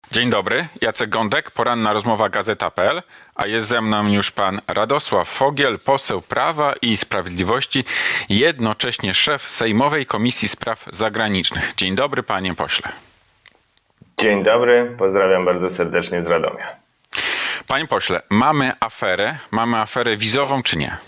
Dzień dobry, Jacek Gądek, poranna rozmowa Gazeta.pl, a jest ze mną już pan Radosław Fogiel, poseł Prawa i Sprawiedliwości, jednocześnie szef Sejmowej Komisji Spraw Zagranicznych. Dzień dobry, panie pośle. Dzień dobry, pozdrawiam bardzo serdecznie z Radomia. Panie pośle, mamy aferę wizową czy nie?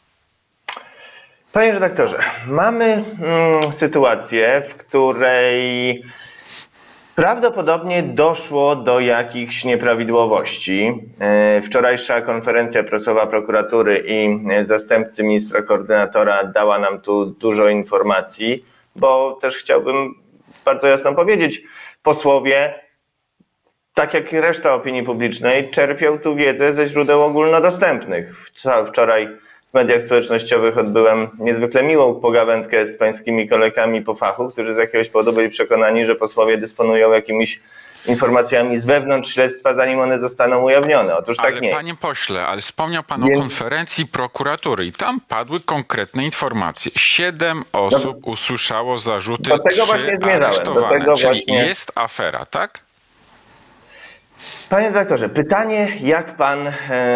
Panie redaktorze, mamy sytuację, w której prawdopodobnie doszło do jakichś nieprawidłowości. Wczorajsza konferencja prasowa prokuratury i zastępcy ministra koordynatora dała nam tu dużo informacji, bo też chciałbym bardzo jasno powiedzieć, posłowie, tak jak reszta opinii publicznej, czerpią tu wiedzę ze źródeł ogólnodostępnych. Wczoraj w mediach społecznościowych odbyłem niezwykle miłą pogawędkę z pańskimi kolegami po fachu, którzy z jakiegoś powodu byli przekonani, że posłowie dysponują jakimiś informacjami z wewnątrz śledztwa, zanim one zostaną ujawnione. Otóż tak nie. Panie pośle, ale wspomniał pan o konferencji prokuratury i tam padły konkretne informacje. 7 osób usłyszało zarzuty, do tego 3 właśnie zmierzałem. aresztowane. Czyli jest afera, tak? Panie redaktorze, pytanie, jak pan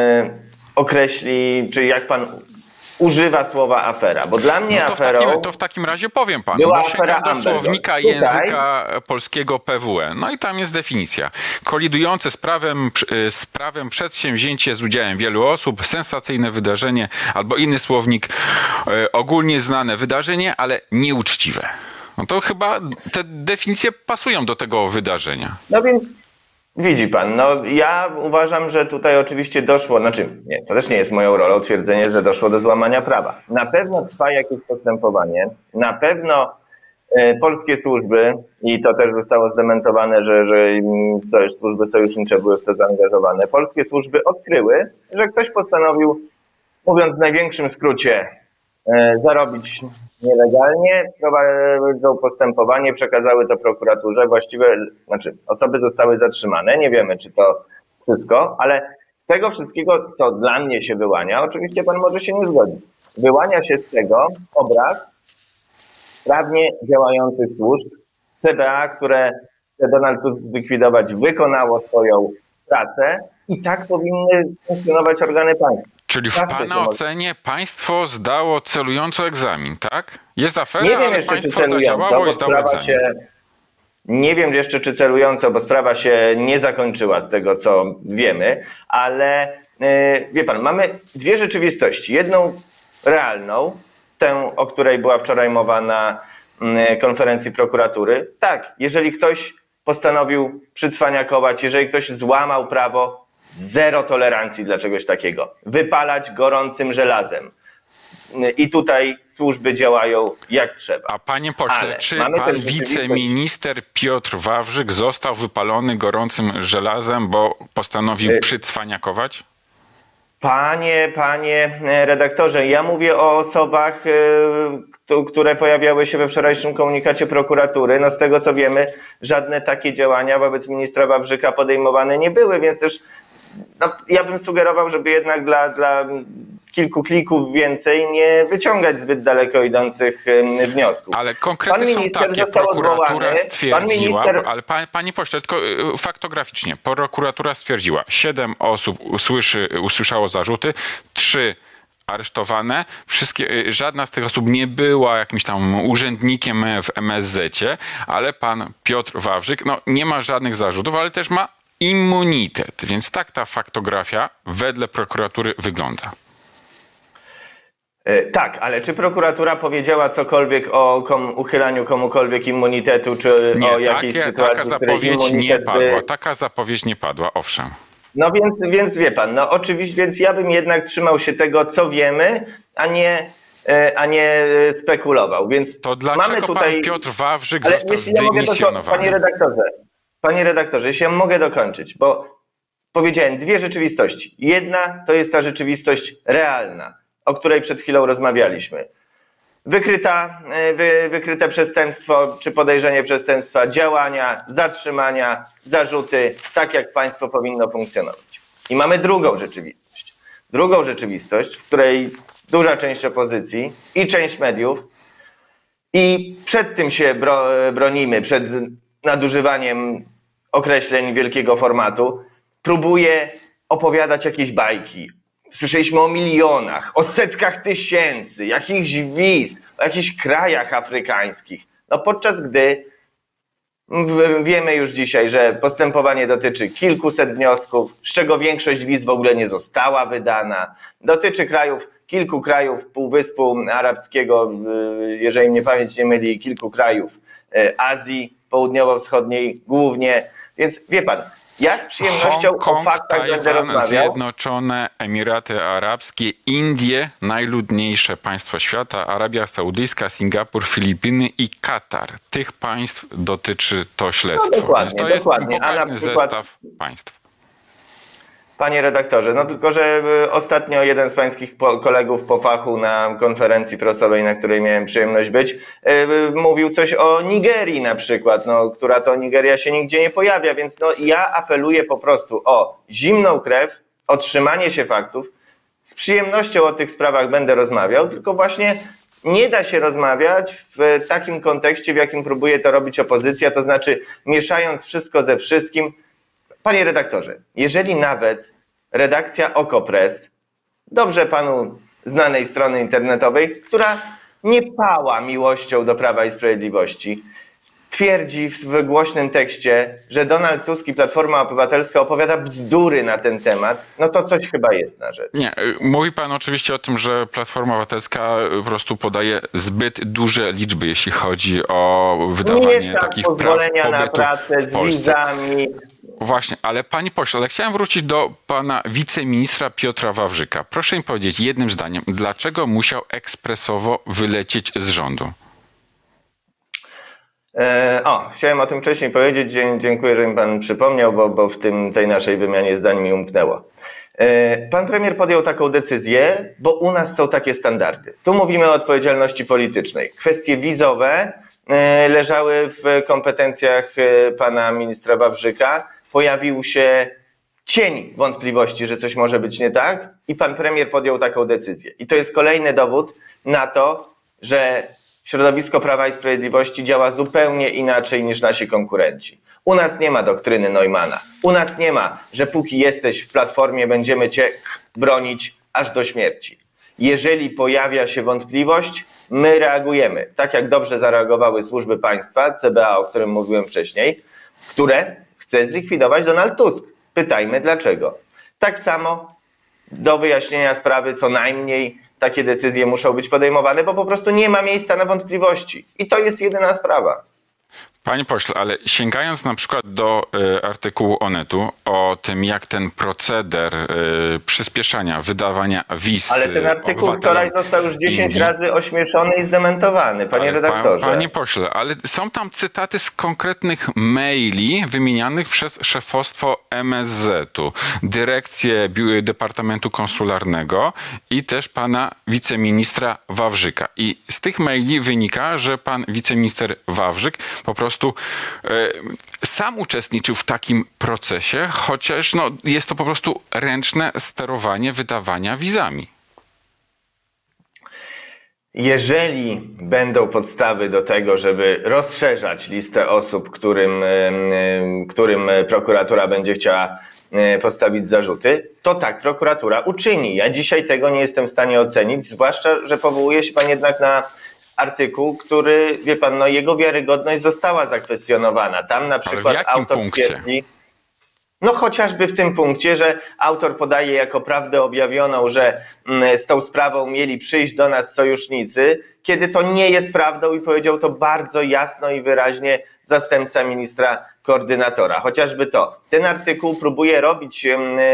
określi, czy jak pan używa słowa afera, bo dla mnie aferą... To w takim razie powiem panu, była bo sięgam do Amber słownika Gold. języka polskiego PWE. No i tam jest definicja. Kolidujące z prawem przedsięwzięcie z udziałem wielu osób, sensacyjne wydarzenie, albo inny słownik, ogólnie znane wydarzenie, ale nieuczciwe. No to chyba te definicje pasują do tego wydarzenia. No więc widzi pan, no ja uważam, że tutaj oczywiście doszło, nie, to też nie jest moją rolą twierdzenie, że doszło do złamania prawa. Na pewno trwa jakieś postępowanie, na pewno polskie służby, i to też zostało zdementowane, że służby sojusznicze były w to zaangażowane, polskie służby odkryły, że ktoś postanowił, mówiąc w największym skrócie, zarobić nielegalnie, prowadzą postępowanie, przekazały to prokuraturze, osoby zostały zatrzymane, nie wiemy, czy to wszystko, ale z tego wszystkiego, co dla mnie się wyłania, oczywiście pan może się nie zgodzić, wyłania się z tego obraz sprawnie działających służb, CBA, które chce Donald Tusk zlikwidować, wykonało swoją pracę i tak powinny funkcjonować organy państwa. Czyli w pana ocenie państwo zdało celująco egzamin, tak? Jest afera, nie wiem ale jeszcze, państwo zadziałało i zdało egzamin. Nie wiem jeszcze, czy celująco, bo sprawa się nie zakończyła z tego, co wiemy, ale wie pan, mamy dwie rzeczywistości. Jedną realną, tę, o której była wczoraj mowa na konferencji prokuratury. Tak, jeżeli ktoś postanowił przycwaniakować, jeżeli ktoś złamał prawo, zero tolerancji dla czegoś takiego. Wypalać gorącym żelazem. I tutaj służby działają jak trzeba. A panie pośle, czy pan wiceminister Piotr Wawrzyk został wypalony gorącym żelazem, bo postanowił przycwaniakować? Panie redaktorze, ja mówię o osobach, które pojawiały się we wczorajszym komunikacie prokuratury. No z tego co wiemy, żadne takie działania wobec ministra Wawrzyka podejmowane nie były, więc też ja bym sugerował, żeby jednak dla kilku klików więcej nie wyciągać zbyt daleko idących wniosków. Ale konkrety są takie, prokuratura stwierdziła, ale panie pośle, tylko faktograficznie, prokuratura stwierdziła, 7 osób usłyszało zarzuty, 3 aresztowane, żadna z tych osób nie była jakimś tam urzędnikiem w MSZ-cie, ale pan Piotr Wawrzyk, nie ma żadnych zarzutów, ale też ma immunitet, więc tak ta faktografia wedle prokuratury wygląda. Tak, ale czy prokuratura powiedziała cokolwiek o uchylaniu komukolwiek immunitetu, czy nie, o jakiejś sytuacji, taka zapowiedź nie padła. Taka zapowiedź nie padła, owszem. No więc wie pan, oczywiście, więc ja bym jednak trzymał się tego, co wiemy, a nie spekulował. Więc to dlaczego mamy tutaj... pan Piotr Wawrzyk został zdymisjonowany? Panie redaktorze, jeśli ja mogę dokończyć, bo powiedziałem dwie rzeczywistości. Jedna to jest ta rzeczywistość realna, o której przed chwilą rozmawialiśmy. Wykryte przestępstwo czy podejrzenie przestępstwa, działania, zatrzymania, zarzuty, tak jak państwo powinno funkcjonować. I mamy drugą rzeczywistość. Drugą rzeczywistość, w której duża część opozycji i część mediów i przed tym się bronimy, przed nadużywaniem określeń wielkiego formatu, próbuje opowiadać jakieś bajki. Słyszeliśmy o milionach, o setkach tysięcy, jakichś wiz, o jakichś krajach afrykańskich. No podczas gdy wiemy już dzisiaj, że postępowanie dotyczy kilkuset wniosków, z czego większość wiz w ogóle nie została wydana. Dotyczy kilku krajów Półwyspu Arabskiego, jeżeli mnie pamięć nie myli, kilku krajów Azji Południowo-Wschodniej głównie. Więc wie pan, ja z przyjemnością o faktach będę rozmawiał. Zjednoczone Emiraty Arabskie, Indie, najludniejsze państwo świata, Arabia Saudyjska, Singapur, Filipiny i Katar. Tych państw dotyczy to śledztwo. No dokładnie, to jest pokaźny zestaw państw. Panie redaktorze, no tylko, że ostatnio jeden z pańskich kolegów po fachu na konferencji prasowej, na której miałem przyjemność być, mówił coś o Nigerii na przykład, no, która to Nigeria się nigdzie nie pojawia, więc no, ja apeluję po prostu o zimną krew, o trzymanie się faktów. Z przyjemnością o tych sprawach będę rozmawiał, tylko właśnie nie da się rozmawiać w takim kontekście, w jakim próbuje to robić opozycja, to znaczy mieszając wszystko ze wszystkim. Panie redaktorze, jeżeli nawet redakcja Okopres, dobrze panu znanej strony internetowej, która nie pała miłością do Prawa i Sprawiedliwości, twierdzi w głośnym tekście, że Donald Tusk i Platforma Obywatelska opowiada bzdury na ten temat, no to coś chyba jest na rzecz. Nie, mówi pan oczywiście o tym, że Platforma Obywatelska po prostu podaje zbyt duże liczby, jeśli chodzi o wydawanie takich praw pozwolenia na pracę z wizami. Właśnie, ale panie pośle, ale chciałem wrócić do pana wiceministra Piotra Wawrzyka. Proszę mi powiedzieć jednym zdaniem, dlaczego musiał ekspresowo wylecieć z rządu? Chciałem o tym wcześniej powiedzieć. Dziękuję, że mi pan przypomniał, bo w tej naszej wymianie zdań mi umknęło. Pan premier podjął taką decyzję, bo u nas są takie standardy. Tu mówimy o odpowiedzialności politycznej. Kwestie wizowe leżały w kompetencjach pana ministra Wawrzyka. Pojawił się cień wątpliwości, że coś może być nie tak i pan premier podjął taką decyzję. I to jest kolejny dowód na to, że środowisko Prawa i Sprawiedliwości działa zupełnie inaczej niż nasi konkurenci. U nas nie ma doktryny Neumana. U nas nie ma, że póki jesteś w Platformie, będziemy cię bronić aż do śmierci. Jeżeli pojawia się wątpliwość, my reagujemy. Tak jak dobrze zareagowały służby państwa, CBA, o którym mówiłem wcześniej, które chce zlikwidować Donald Tusk. Pytajmy dlaczego. Tak samo do wyjaśnienia sprawy co najmniej takie decyzje muszą być podejmowane, bo po prostu nie ma miejsca na wątpliwości. I to jest jedyna sprawa. Panie pośle, ale sięgając na przykład do artykułu Onetu o tym, jak ten proceder przyspieszania wydawania wiz. Ale ten artykuł wczoraj został już 10 razy ośmieszony i zdementowany, panie redaktorze. Panie pośle, ale są tam cytaty z konkretnych maili wymienianych przez szefostwo MSZ-u, dyrekcję Departamentu Konsularnego i też pana wiceministra Wawrzyka. I z tych maili wynika, że pan wiceminister Wawrzyk po prostu sam uczestniczył w takim procesie, chociaż jest to po prostu ręczne sterowanie wydawania wizami. Jeżeli będą podstawy do tego, żeby rozszerzać listę osób, którym prokuratura będzie chciała postawić zarzuty, to tak prokuratura uczyni. Ja dzisiaj tego nie jestem w stanie ocenić, zwłaszcza, że powołuje się pan jednak na artykuł, który, wie pan, jego wiarygodność została zakwestionowana. Tam na przykład autor twierdzi, chociażby w tym punkcie, że autor podaje jako prawdę objawioną, że z tą sprawą mieli przyjść do nas sojusznicy, kiedy to nie jest prawdą i powiedział to bardzo jasno i wyraźnie zastępca ministra koordynatora. Chociażby to. Ten artykuł próbuje robić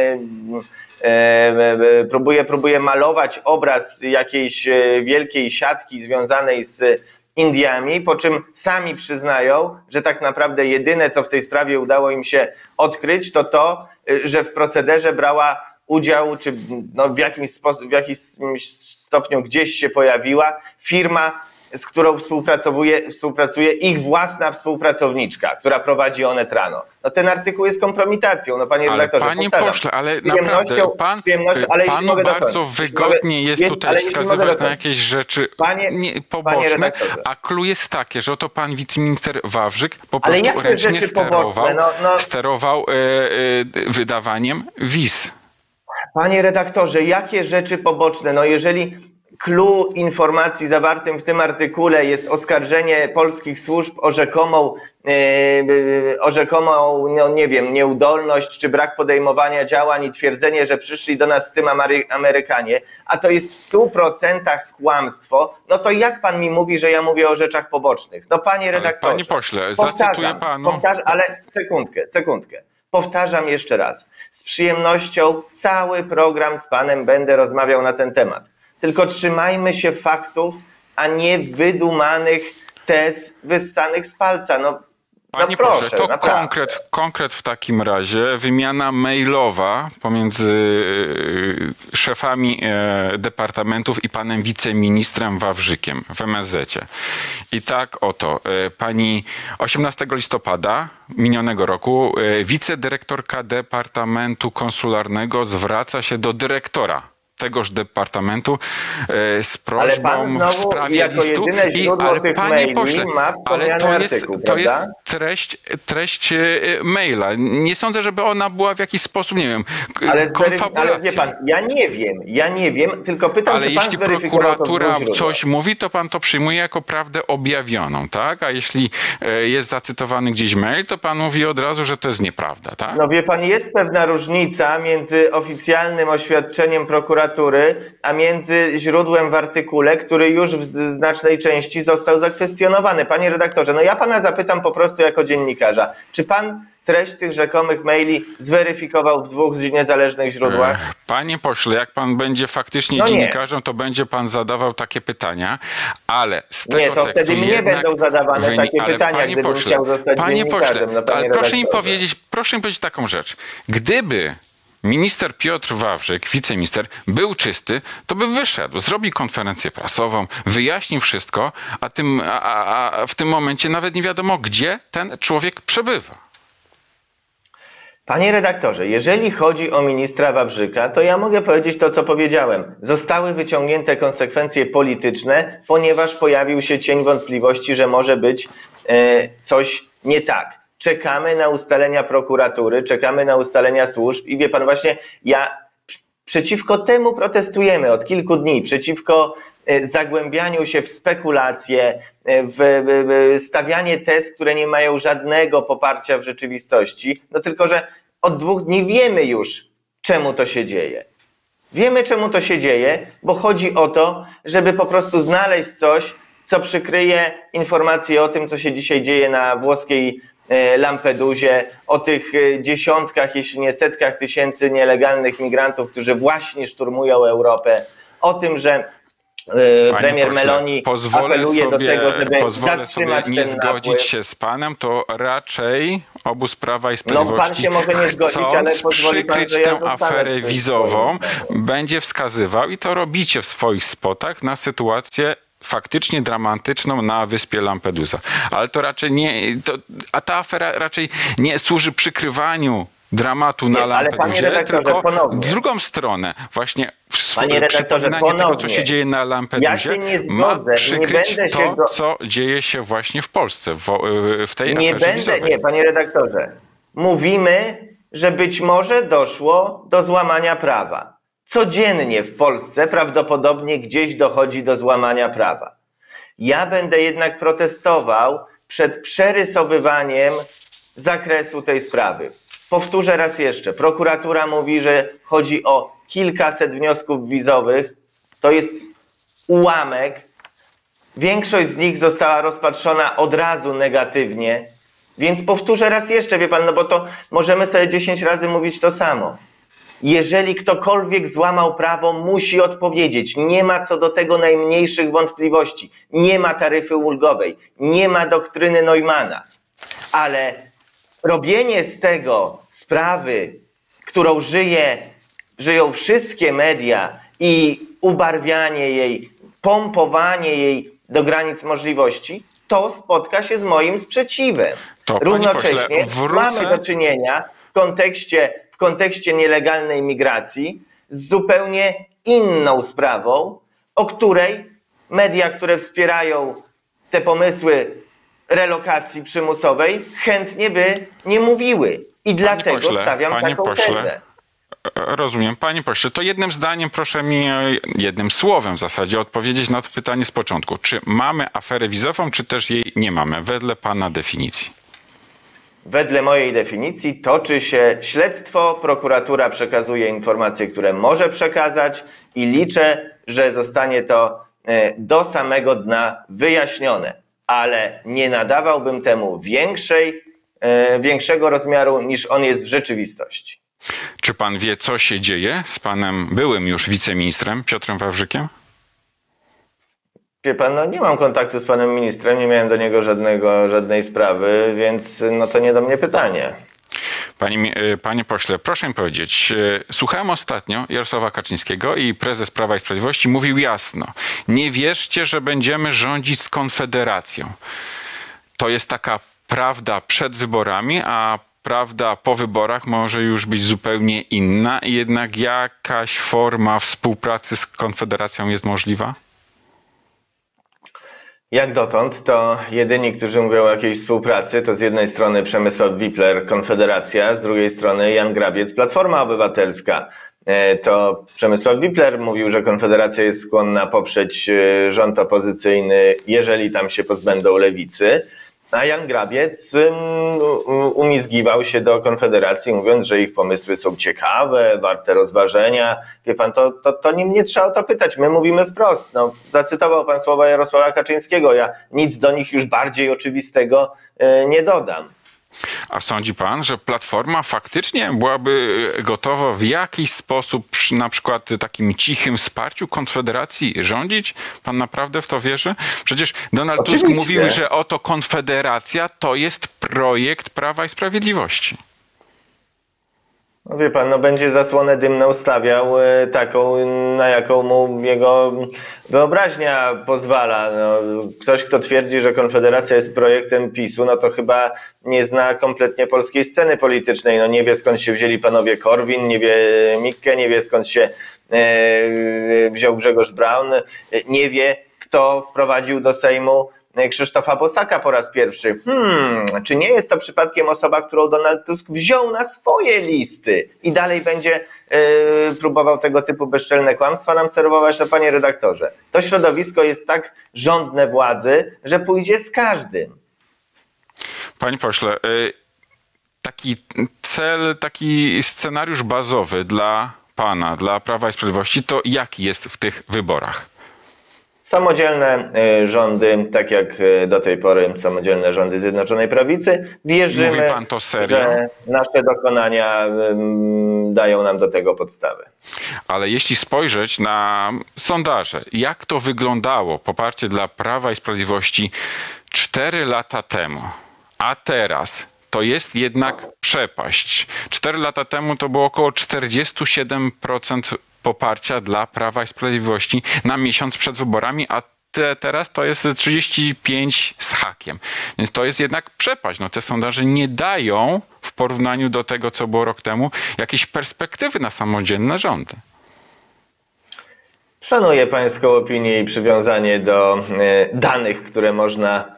próbuje malować obraz jakiejś wielkiej siatki związanej z Indiami, po czym sami przyznają, że tak naprawdę jedyne, co w tej sprawie udało im się odkryć, to, że w procederze brała udział, czy w jakimś stopniu gdzieś się pojawiła firma z którą współpracuje ich własna współpracowniczka, która prowadzi Onet Rano. No ten artykuł jest kompromitacją, no panie redaktorze. Panie pośle, ale naprawdę panu bardzo wygodnie jest tutaj wskazywać na jakieś rzeczy poboczne, a clue jest takie, że oto pan wiceminister Wawrzyk po prostu ręcznie sterował wydawaniem wiz. Panie redaktorze, jakie rzeczy poboczne? No jeżeli clue informacji zawartym w tym artykule jest oskarżenie polskich służb o rzekomą, no nie wiem, nieudolność czy brak podejmowania działań i twierdzenie, że przyszli do nas z tym Amerykanie, a to jest w 100% kłamstwo, no to jak pan mi mówi, że ja mówię o rzeczach pobocznych? No panie redaktorze. Panie pośle, zacytuję panu. Ale sekundkę. Powtarzam jeszcze raz. Z przyjemnością cały program z panem będę rozmawiał na ten temat. Tylko trzymajmy się faktów, a nie wydumanych tez wyssanych z palca. Panie pośle, to konkret w takim razie, wymiana mailowa pomiędzy szefami departamentów i panem wiceministrem Wawrzykiem w MSZ-cie. I tak oto, pani 18 listopada minionego roku wicedyrektorka Departamentu Konsularnego zwraca się do dyrektora tegoż departamentu z prośbą w sprawie listu. Ale panie pośle, ale to jest treść maila. Nie sądzę, żeby ona była w jakiś sposób, nie wiem, konfabulacją. Ale wie pan, ja nie wiem, tylko pytam, ale czy pan jeśli prokuratura coś mówi, to pan to przyjmuje jako prawdę objawioną, tak? A jeśli jest zacytowany gdzieś mail, to pan mówi od razu, że to jest nieprawda, tak? No wie pan, jest pewna różnica między oficjalnym oświadczeniem prokuratury, a między źródłem w artykule, który już w znacznej części został zakwestionowany. Panie redaktorze, no ja pana zapytam po prostu jako dziennikarza, czy pan treść tych rzekomych maili zweryfikował w 2 niezależnych źródłach? Panie pośle, jak pan będzie faktycznie dziennikarzem, to będzie pan zadawał takie pytania, ale z tego tekstu wtedy mnie będą zadawane takie pytania, gdybym chciał zostać dziennikarzem. Ale proszę mi powiedzieć taką rzecz. Gdyby minister Piotr Wawrzyk, wiceminister, był czysty, to by wyszedł, zrobił konferencję prasową, wyjaśnił wszystko, a w tym momencie nawet nie wiadomo, gdzie ten człowiek przebywa. Panie redaktorze, jeżeli chodzi o ministra Wawrzyka, to ja mogę powiedzieć to, co powiedziałem. Zostały wyciągnięte konsekwencje polityczne, ponieważ pojawił się cień wątpliwości, że może być coś nie tak. Czekamy na ustalenia prokuratury, czekamy na ustalenia służb i wie pan, właśnie przeciwko temu protestujemy od kilku dni, przeciwko zagłębianiu się w spekulacje, w stawianie tez, które nie mają żadnego poparcia w rzeczywistości. No tylko, że od 2 dni wiemy już, czemu to się dzieje. Wiemy, czemu to się dzieje, bo chodzi o to, żeby po prostu znaleźć coś, co przykryje informacje o tym, co się dzisiaj dzieje na włoskiej Lampedusie, o tych dziesiątkach, jeśli nie setkach tysięcy nielegalnych migrantów, którzy właśnie szturmują Europę, o tym, że premier Meloni apeluje do tego, żeby pozwolę sobie nie zgodzić się z panem, to raczej obóz Prawa i Sprawiedliwości, pan się może nie zgodzić, ale pozwoli pan, przykryć tę aferę wizową, będzie wskazywał, i to robicie w swoich spotach, na sytuację faktycznie dramatyczną na wyspie Lampedusa. Ale to raczej nie, a ta afera raczej nie służy przykrywaniu dramatu na Lampedusie, tylko w drugą stronę, właśnie przypominanie tego, co się dzieje na Lampedusie, ma przykryć to, co dzieje się właśnie w Polsce, w tej aferze wizowej. Nie, panie redaktorze. Mówimy, że być może doszło do złamania prawa. Codziennie w Polsce prawdopodobnie gdzieś dochodzi do złamania prawa. Ja będę jednak protestował przed przerysowywaniem zakresu tej sprawy. Powtórzę raz jeszcze. Prokuratura mówi, że chodzi o kilkaset wniosków wizowych. To jest ułamek. Większość z nich została rozpatrzona od razu negatywnie. Więc powtórzę raz jeszcze, wie pan, no bo to możemy sobie 10 razy mówić to samo. Jeżeli ktokolwiek złamał prawo, musi odpowiedzieć. Nie ma co do tego najmniejszych wątpliwości. Nie ma taryfy ulgowej. Nie ma doktryny Neumana. Ale robienie z tego sprawy, którą żyją wszystkie media, i ubarwianie jej, pompowanie jej do granic możliwości, to spotka się z moim sprzeciwem. Równocześnie mamy do czynienia w kontekście nielegalnej migracji z zupełnie inną sprawą, o której media, które wspierają te pomysły relokacji przymusowej, chętnie by nie mówiły. I dlatego stawiam taką tezę. Rozumiem. Panie pośle, to jednym zdaniem proszę mi, jednym słowem w zasadzie odpowiedzieć na to pytanie z początku. Czy mamy aferę wizową, czy też jej nie mamy, wedle pana definicji? Wedle mojej definicji toczy się śledztwo, prokuratura przekazuje informacje, które może przekazać i liczę, że zostanie to do samego dna wyjaśnione. Ale nie nadawałbym temu większego rozmiaru, niż on jest w rzeczywistości. Czy pan wie, co się dzieje z panem byłym już wiceministrem Piotrem Wawrzykiem? Wie pan, nie mam kontaktu z panem ministrem, nie miałem do niego żadnej sprawy, więc to nie do mnie pytanie. Panie pośle, proszę mi powiedzieć, słuchałem ostatnio Jarosława Kaczyńskiego i prezes Prawa i Sprawiedliwości mówił jasno: nie wierzcie, że będziemy rządzić z Konfederacją. To jest taka prawda przed wyborami, a prawda po wyborach może już być zupełnie inna i jednak jakaś forma współpracy z Konfederacją jest możliwa? Jak dotąd to jedyni, którzy mówią o jakiejś współpracy, to z jednej strony Przemysław Wipler, Konfederacja, z drugiej strony Jan Grabiec, Platforma Obywatelska. To Przemysław Wipler mówił, że Konfederacja jest skłonna poprzeć rząd opozycyjny, jeżeli tam się pozbędą lewicy. A Jan Grabiec umizgiwał się do Konfederacji, mówiąc, że ich pomysły są ciekawe, warte rozważenia. Wie pan, to nie trzeba o to pytać. My mówimy wprost. Zacytował pan słowa Jarosława Kaczyńskiego. Ja nic do nich już bardziej oczywistego nie dodam. A sądzi pan, że Platforma faktycznie byłaby gotowa w jakiś sposób, na przykład takim cichym wsparciu Konfederacji rządzić? Pan naprawdę w to wierzy? Przecież Donald Tusk mówił, że oto Konfederacja to jest projekt Prawa i Sprawiedliwości. Wie pan, będzie zasłonę dymną stawiał taką, na jaką mu jego wyobraźnia pozwala. Ktoś, kto twierdzi, że Konfederacja jest projektem PiS-u, to chyba nie zna kompletnie polskiej sceny politycznej. Nie wie, skąd się wzięli panowie Korwin, nie wie Mikke, nie wie, skąd się wziął Grzegorz Braun, nie wie, kto wprowadził do Sejmu Krzysztofa Bosaka po raz pierwszy. Czy nie jest to przypadkiem osoba, którą Donald Tusk wziął na swoje listy i dalej będzie próbował tego typu bezczelne kłamstwa nam serwować? Panie redaktorze, to środowisko jest tak żądne władzy, że pójdzie z każdym. Panie pośle, taki cel, taki scenariusz bazowy dla pana, dla Prawa i Sprawiedliwości, to jaki jest w tych wyborach? Samodzielne rządy, tak jak do tej pory samodzielne rządy Zjednoczonej Prawicy. Wierzymy, mówi pan to serio? Że nasze dokonania dają nam do tego podstawy. Ale jeśli spojrzeć na sondaże, jak to wyglądało, poparcie dla Prawa i Sprawiedliwości 4 lata temu, a teraz to jest jednak przepaść. 4 lata temu to było około 47% poparcia dla Prawa i Sprawiedliwości na miesiąc przed wyborami, a teraz to jest 35 z hakiem. Więc to jest jednak przepaść. Te sondaże nie dają w porównaniu do tego, co było rok temu, jakiejś perspektywy na samodzielne rządy. Szanuję pańską opinię i przywiązanie do danych, które można,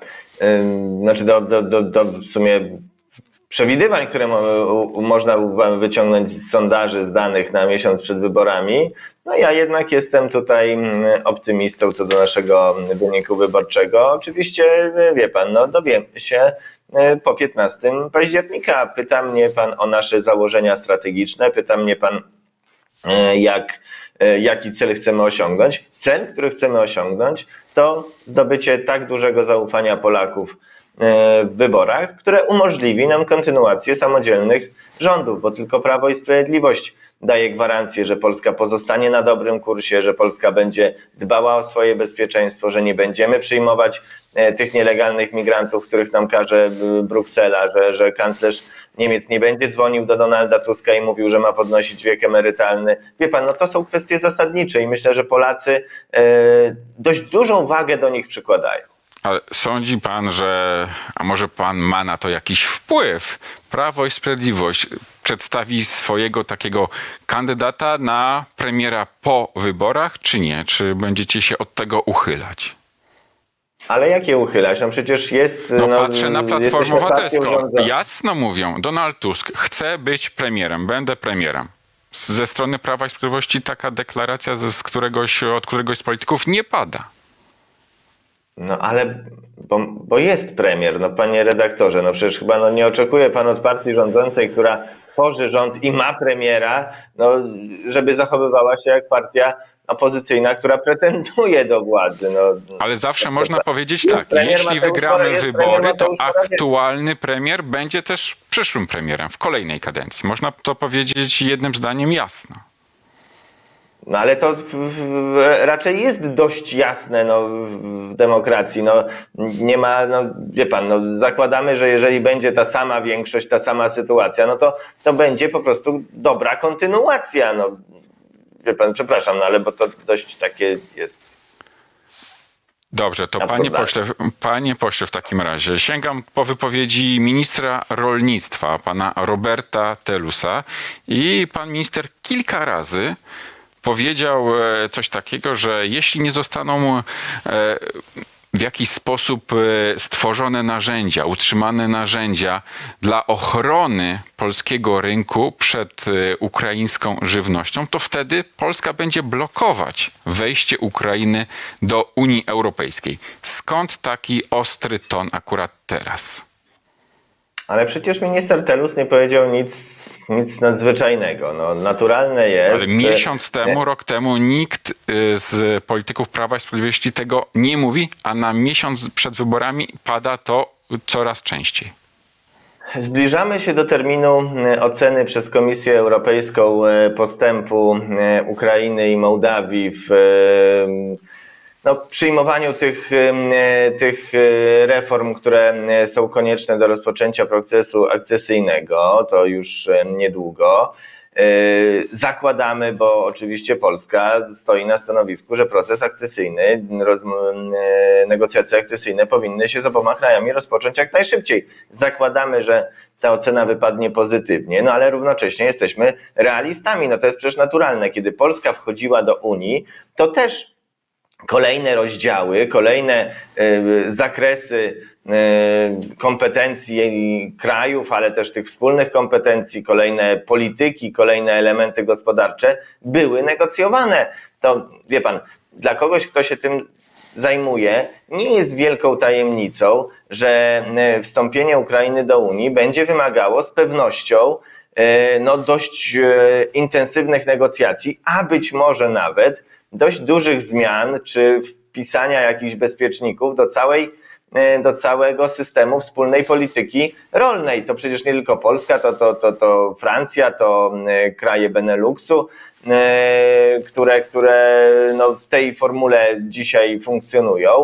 do w sumie przewidywań, które można wyciągnąć z sondaży, z danych na miesiąc przed wyborami. Ja jednak jestem tutaj optymistą co do naszego wyniku wyborczego. Oczywiście, wie pan, dowiemy się po 15 października. Pyta mnie pan o nasze założenia strategiczne, pyta mnie pan, jaki cel chcemy osiągnąć. Cel, który chcemy osiągnąć, to zdobycie tak dużego zaufania Polaków w wyborach, które umożliwi nam kontynuację samodzielnych rządów, bo tylko Prawo i Sprawiedliwość daje gwarancję, że Polska pozostanie na dobrym kursie, że Polska będzie dbała o swoje bezpieczeństwo, że nie będziemy przyjmować tych nielegalnych migrantów, których nam każe Bruksela, że kanclerz Niemiec nie będzie dzwonił do Donalda Tuska i mówił, że ma podnosić wiek emerytalny. Wie pan, no to są kwestie zasadnicze i myślę, że Polacy dość dużą wagę do nich przykładają. Ale sądzi pan, że, a może pan ma na to jakiś wpływ? Prawo i Sprawiedliwość przedstawi swojego takiego kandydata na premiera po wyborach, czy nie? Czy będziecie się od tego uchylać? Ale jakie uchylać? No przecież jest... No patrzę na Platformę Obywatelską. Jasno mówią, Donald Tusk chce być premierem, będę premierem. Ze strony Prawa i Sprawiedliwości taka deklaracja od któregoś z polityków nie pada. No ale, bo jest premier, no panie redaktorze, no przecież chyba nie oczekuje pan od partii rządzącej, która tworzy rząd i ma premiera, no żeby zachowywała się jak partia opozycyjna, która pretenduje do władzy. No, ale zawsze można powiedzieć tak, jeśli wygramy wybory, to aktualny premier będzie też przyszłym premierem w kolejnej kadencji. Można to powiedzieć jednym zdaniem jasno. No ale to raczej jest dość jasne w demokracji. No, nie ma, wie pan, zakładamy, że jeżeli będzie ta sama większość, ta sama sytuacja, no to będzie po prostu dobra kontynuacja. No, wie pan, przepraszam, ale bo to dość takie jest. Dobrze, to panie pośle, w takim razie sięgam po wypowiedzi ministra rolnictwa, pana Roberta Telusa, i pan minister kilka razy powiedział coś takiego, że jeśli nie zostaną w jakiś sposób stworzone narzędzia, utrzymane narzędzia dla ochrony polskiego rynku przed ukraińską żywnością, to wtedy Polska będzie blokować wejście Ukrainy do Unii Europejskiej. Skąd taki ostry ton akurat teraz? Ale przecież minister Telus nie powiedział nic nadzwyczajnego. No, naturalne jest... Ale miesiąc temu, rok temu nikt z polityków Prawa i Sprawiedliwości tego nie mówi, a na miesiąc przed wyborami pada to coraz częściej. Zbliżamy się do terminu oceny przez Komisję Europejską postępu Ukrainy i Mołdawii w przyjmowaniu tych reform, które są konieczne do rozpoczęcia procesu akcesyjnego. To już niedługo. Zakładamy, bo oczywiście Polska stoi na stanowisku, że proces akcesyjny, negocjacje akcesyjne powinny się z oboma krajami rozpocząć jak najszybciej. Zakładamy, że ta ocena wypadnie pozytywnie, no ale równocześnie jesteśmy realistami. No to jest przecież naturalne. Kiedy Polska wchodziła do Unii, to też kolejne rozdziały, kolejne zakresy kompetencji krajów, ale też tych wspólnych kompetencji, kolejne polityki, kolejne elementy gospodarcze były negocjowane. To wie pan, dla kogoś, kto się tym zajmuje, nie jest wielką tajemnicą, że wstąpienie Ukrainy do Unii będzie wymagało z pewnością dość intensywnych negocjacji, a być może nawet dość dużych zmian, czy wpisania jakichś bezpieczników do całego systemu wspólnej polityki rolnej. To przecież nie tylko Polska, to Francja, to kraje Beneluxu, które w tej formule dzisiaj funkcjonują.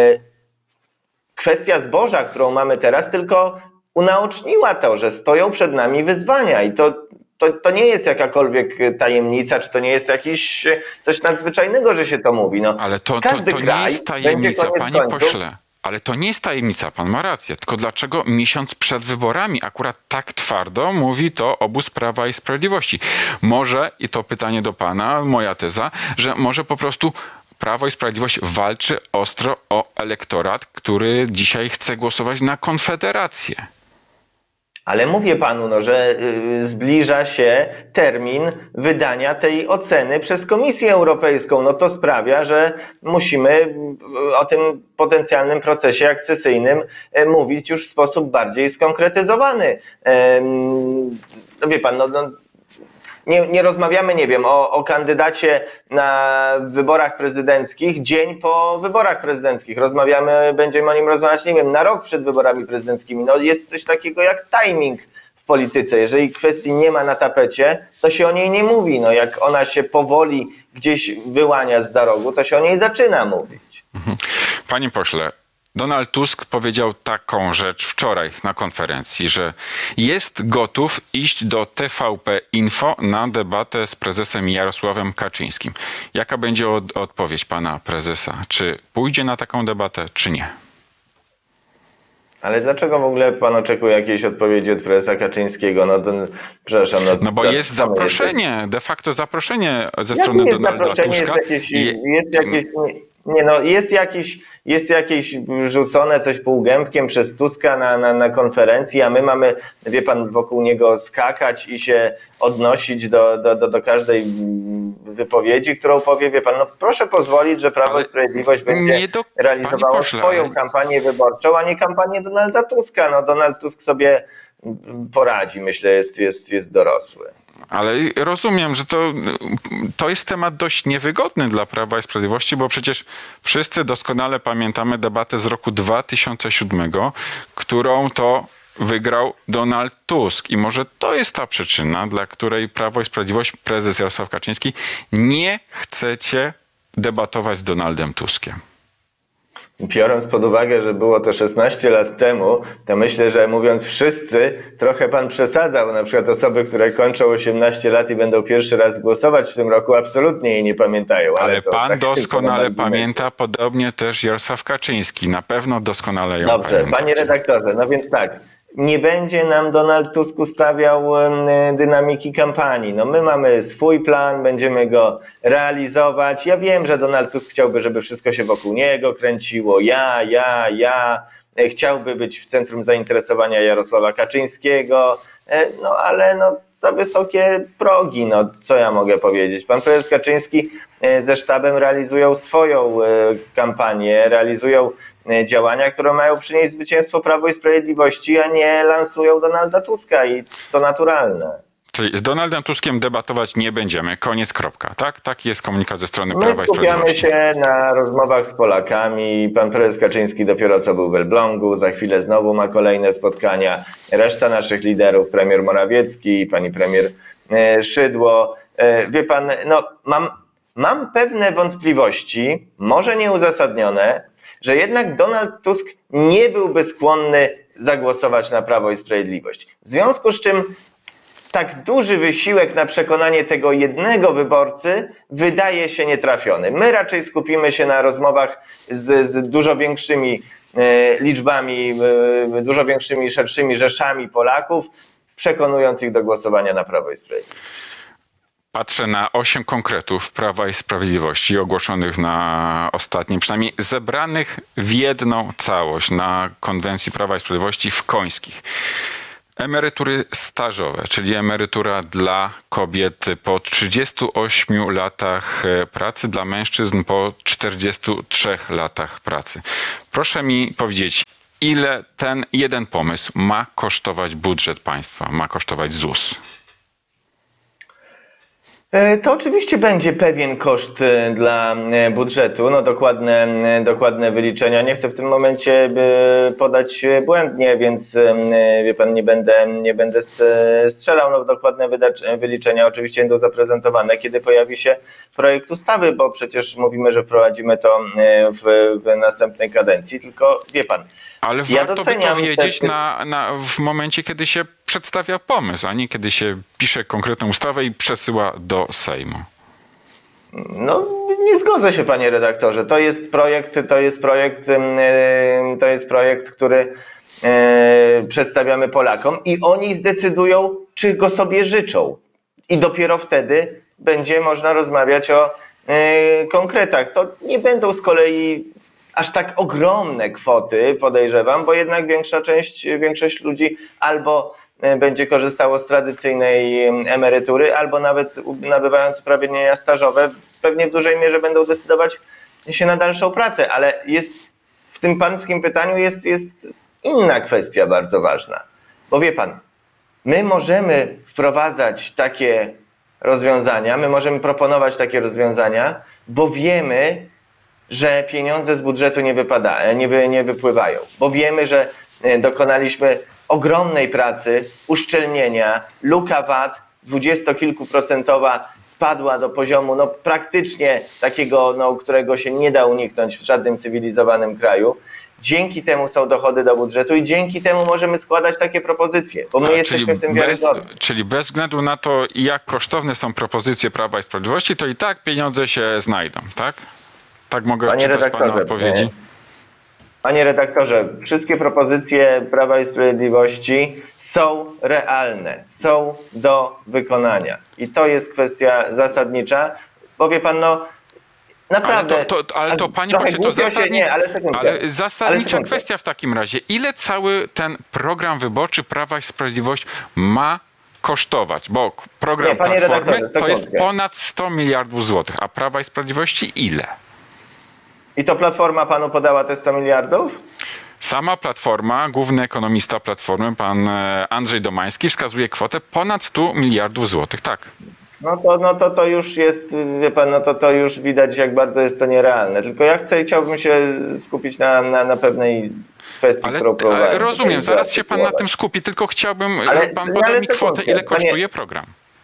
Kwestia zboża, którą mamy teraz, tylko unaoczniła to, że stoją przed nami wyzwania i to nie jest jakakolwiek tajemnica, czy to nie jest jakiś coś nadzwyczajnego, że się to mówi. No, ale to nie jest tajemnica, panie pośle. Ale to nie jest tajemnica, pan ma rację. Tylko dlaczego miesiąc przed wyborami akurat tak twardo mówi to obóz Prawa i Sprawiedliwości? Może, i to pytanie do pana, moja teza, że może po prostu Prawo i Sprawiedliwość walczy ostro o elektorat, który dzisiaj chce głosować na Konfederację. Ale mówię panu, że zbliża się termin wydania tej oceny przez Komisję Europejską. No to sprawia, że musimy o tym potencjalnym procesie akcesyjnym mówić już w sposób bardziej skonkretyzowany. No wie pan, nie rozmawiamy, nie wiem, o kandydacie na wyborach prezydenckich dzień po wyborach prezydenckich. Będziemy o nim rozmawiać, nie wiem, na rok przed wyborami prezydenckimi. No jest coś takiego jak timing w polityce. Jeżeli kwestii nie ma na tapecie, to się o niej nie mówi. No jak ona się powoli gdzieś wyłania zza rogu, to się o niej zaczyna mówić. Panie pośle, Donald Tusk powiedział taką rzecz wczoraj na konferencji, że jest gotów iść do TVP Info na debatę z prezesem Jarosławem Kaczyńskim. Jaka będzie odpowiedź pana prezesa? Czy pójdzie na taką debatę, czy nie? Ale dlaczego w ogóle pan oczekuje jakiejś odpowiedzi od prezesa Kaczyńskiego? Przepraszam. No bo jest zaproszenie, de facto zaproszenie ze strony Donalda Tuska. Jest jakieś rzucone coś półgębkiem przez Tuska na konferencji, a my mamy, wie pan, wokół niego skakać i się odnosić do każdej wypowiedzi, którą powie, wie pan, no proszę pozwolić, że Prawo i Sprawiedliwość będzie realizowało swoją kampanię wyborczą, a nie kampanię Donalda Tuska. No Donald Tusk sobie poradzi, myślę, jest dorosły. Ale rozumiem, że to jest temat dość niewygodny dla Prawa i Sprawiedliwości, bo przecież wszyscy doskonale pamiętamy debatę z roku 2007, którą to wygrał Donald Tusk. I może to jest ta przyczyna, dla której Prawo i Sprawiedliwość, prezes Jarosław Kaczyński, nie chcecie debatować z Donaldem Tuskiem. Biorąc pod uwagę, że było to 16 lat temu, to myślę, że mówiąc wszyscy, trochę pan przesadzał. Na przykład osoby, które kończą 18 lat i będą pierwszy raz głosować w tym roku, absolutnie jej nie pamiętają. Ale pan tak doskonale pamięta, podobnie też Jarosław Kaczyński. Na pewno doskonale ją pamięta. Dobrze, panie redaktorze, no więc tak. Nie będzie nam Donald Tusk ustawiał dynamiki kampanii. No my mamy swój plan, będziemy go realizować. Ja wiem, że Donald Tusk chciałby, żeby wszystko się wokół niego kręciło. Ja. Chciałby być w centrum zainteresowania Jarosława Kaczyńskiego. No ale za wysokie progi, no co ja mogę powiedzieć. Pan prezes Kaczyński ze sztabem realizują swoją kampanię, realizują działania, które mają przynieść zwycięstwo Prawo i Sprawiedliwości, a nie lansują Donalda Tuska i to naturalne. Czyli z Donaldem Tuskiem debatować nie będziemy. Koniec, kropka. Tak? Taki jest komunikat ze strony Prawa i Sprawiedliwości. Skupiamy się na rozmowach z Polakami. Pan prezes Kaczyński dopiero co był w Elblągu. Za chwilę znowu ma kolejne spotkania. Reszta naszych liderów, premier Morawiecki, pani premier Szydło. Wie pan, mam pewne wątpliwości, może nieuzasadnione, że jednak Donald Tusk nie byłby skłonny zagłosować na Prawo i Sprawiedliwość. W związku z czym tak duży wysiłek na przekonanie tego jednego wyborcy wydaje się nietrafiony. My raczej skupimy się na rozmowach z dużo większymi liczbami, dużo większymi, szerszymi rzeszami Polaków, przekonując ich do głosowania na Prawo i Sprawiedliwość. Patrzę na 8 konkretów Prawa i Sprawiedliwości ogłoszonych na ostatnim, przynajmniej zebranych w jedną całość na konwencji Prawa i Sprawiedliwości w Końskich. Emerytury stażowe, czyli emerytura dla kobiet po 38 latach pracy, dla mężczyzn po 43 latach pracy. Proszę mi powiedzieć, ile ten jeden pomysł ma kosztować budżet państwa, ma kosztować ZUS? To oczywiście będzie pewien koszt dla budżetu, dokładne wyliczenia. Nie chcę w tym momencie podać błędnie, więc wie pan, nie będę strzelał. Dokładne wyliczenia oczywiście będą zaprezentowane, kiedy pojawi się projekt ustawy, bo przecież mówimy, że wprowadzimy to w następnej kadencji, tylko wie pan. Ale warto by to wiedzieć w momencie, kiedy się przedstawia pomysł, a nie kiedy się pisze konkretną ustawę i przesyła do Sejmu. Nie zgodzę się, panie redaktorze. To jest projekt, który przedstawiamy Polakom i oni zdecydują, czy go sobie życzą. I dopiero wtedy będzie można rozmawiać o konkretach. To nie będą z kolei aż tak ogromne kwoty, podejrzewam, bo jednak większość ludzi albo będzie korzystało z tradycyjnej emerytury, albo nawet nabywając uprawnienia stażowe, pewnie w dużej mierze będą decydować się na dalszą pracę, ale w tym pańskim pytaniu jest inna kwestia bardzo ważna. Bo wie pan, my możemy wprowadzać takie rozwiązania, my możemy proponować takie rozwiązania, bo wiemy, że pieniądze z budżetu nie wypływają, bo wiemy, że dokonaliśmy ogromnej pracy, uszczelnienia, luka VAT 20-kilkuprocentowa spadła do poziomu praktycznie takiego, którego się nie da uniknąć w żadnym cywilizowanym kraju. Dzięki temu są dochody do budżetu i dzięki temu możemy składać takie propozycje, bo my jesteśmy w tym wiarygodni. Czyli bez względu na to, jak kosztowne są propozycje Prawa i Sprawiedliwości, to i tak pieniądze się znajdą, tak? Tak mogę czytać pana odpowiedzi? Panie redaktorze, wszystkie propozycje Prawa i Sprawiedliwości są realne, są do wykonania. I to jest kwestia zasadnicza. Powie pan, naprawdę... Ale to panie pośle, to zasadnicza kwestia w takim razie. Ile cały ten program wyborczy Prawa i Sprawiedliwość ma kosztować? Bo program Platformy to jest ponad 100 miliardów złotych, a Prawa i Sprawiedliwości ile? I to Platforma panu podała te 100 miliardów? Sama Platforma, główny ekonomista Platformy, pan Andrzej Domański, wskazuje kwotę ponad 100 miliardów złotych, tak. To już jest, wie pan, to już widać, jak bardzo jest to nierealne. Tylko ja chciałbym się skupić na pewnej kwestii, którą próbowałem. Ale rozumiem, zaraz się pan na tym skupi, tylko chciałbym, żeby pan podał mi kwotę, ile kosztuje program.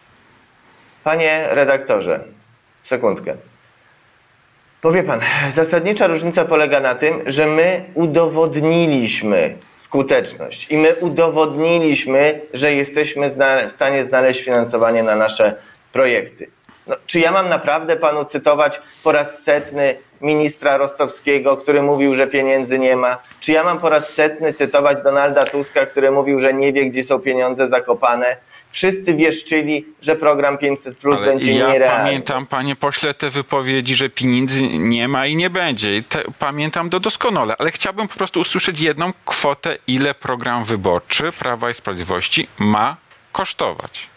Panie redaktorze, sekundkę. Powie pan, zasadnicza różnica polega na tym, że my udowodniliśmy skuteczność i my udowodniliśmy, że jesteśmy w stanie znaleźć finansowanie na nasze projekty. Czy ja mam naprawdę panu cytować po raz setny ministra Rostowskiego, który mówił, że pieniędzy nie ma? Czy ja mam po raz setny cytować Donalda Tuska, który mówił, że nie wie, gdzie są pieniądze zakopane? Wszyscy wieszczyli, że program 500+ będzie nierealny. Ja pamiętam, panie pośle, te wypowiedzi, że pieniędzy nie ma i nie będzie. Pamiętam doskonale, ale chciałbym po prostu usłyszeć jedną kwotę, ile program wyborczy Prawa i Sprawiedliwości ma kosztować.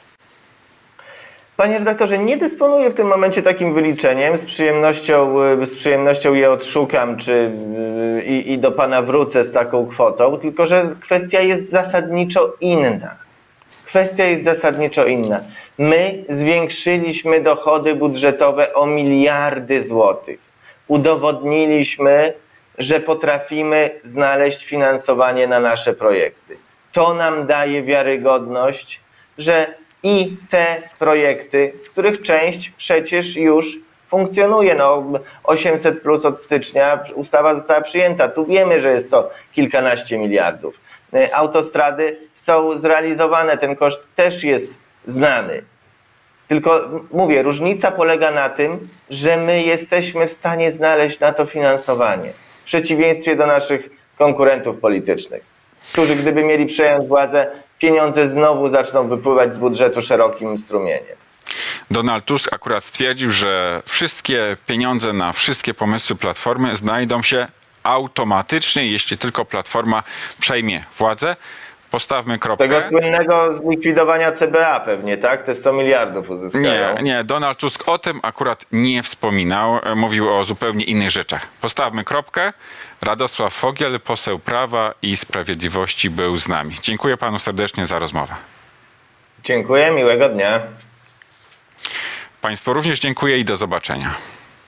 Panie redaktorze, nie dysponuję w tym momencie takim wyliczeniem. Z przyjemnością je odszukam i do pana wrócę z taką kwotą, tylko że kwestia jest zasadniczo inna. My zwiększyliśmy dochody budżetowe o miliardy złotych. Udowodniliśmy, że potrafimy znaleźć finansowanie na nasze projekty. To nam daje wiarygodność, że i te projekty, z których część przecież już funkcjonuje. 800+ od stycznia, ustawa została przyjęta. Tu wiemy, że jest to kilkanaście miliardów. Autostrady są zrealizowane, ten koszt też jest znany. Tylko mówię, różnica polega na tym, że my jesteśmy w stanie znaleźć na to finansowanie. W przeciwieństwie do naszych konkurentów politycznych, którzy gdyby mieli przejąć władzę, pieniądze znowu zaczną wypływać z budżetu szerokim strumieniem. Donald Tusk akurat stwierdził, że wszystkie pieniądze na wszystkie pomysły Platformy znajdą się automatycznie, jeśli tylko Platforma przejmie władzę. Postawmy kropkę. Tego słynnego zlikwidowania CBA pewnie, tak? Te 100 miliardów uzyskają. Nie. Donald Tusk o tym akurat nie wspominał. Mówił o zupełnie innych rzeczach. Postawmy kropkę. Radosław Fogiel, poseł Prawa i Sprawiedliwości, był z nami. Dziękuję panu serdecznie za rozmowę. Dziękuję, miłego dnia. Państwu również dziękuję i do zobaczenia.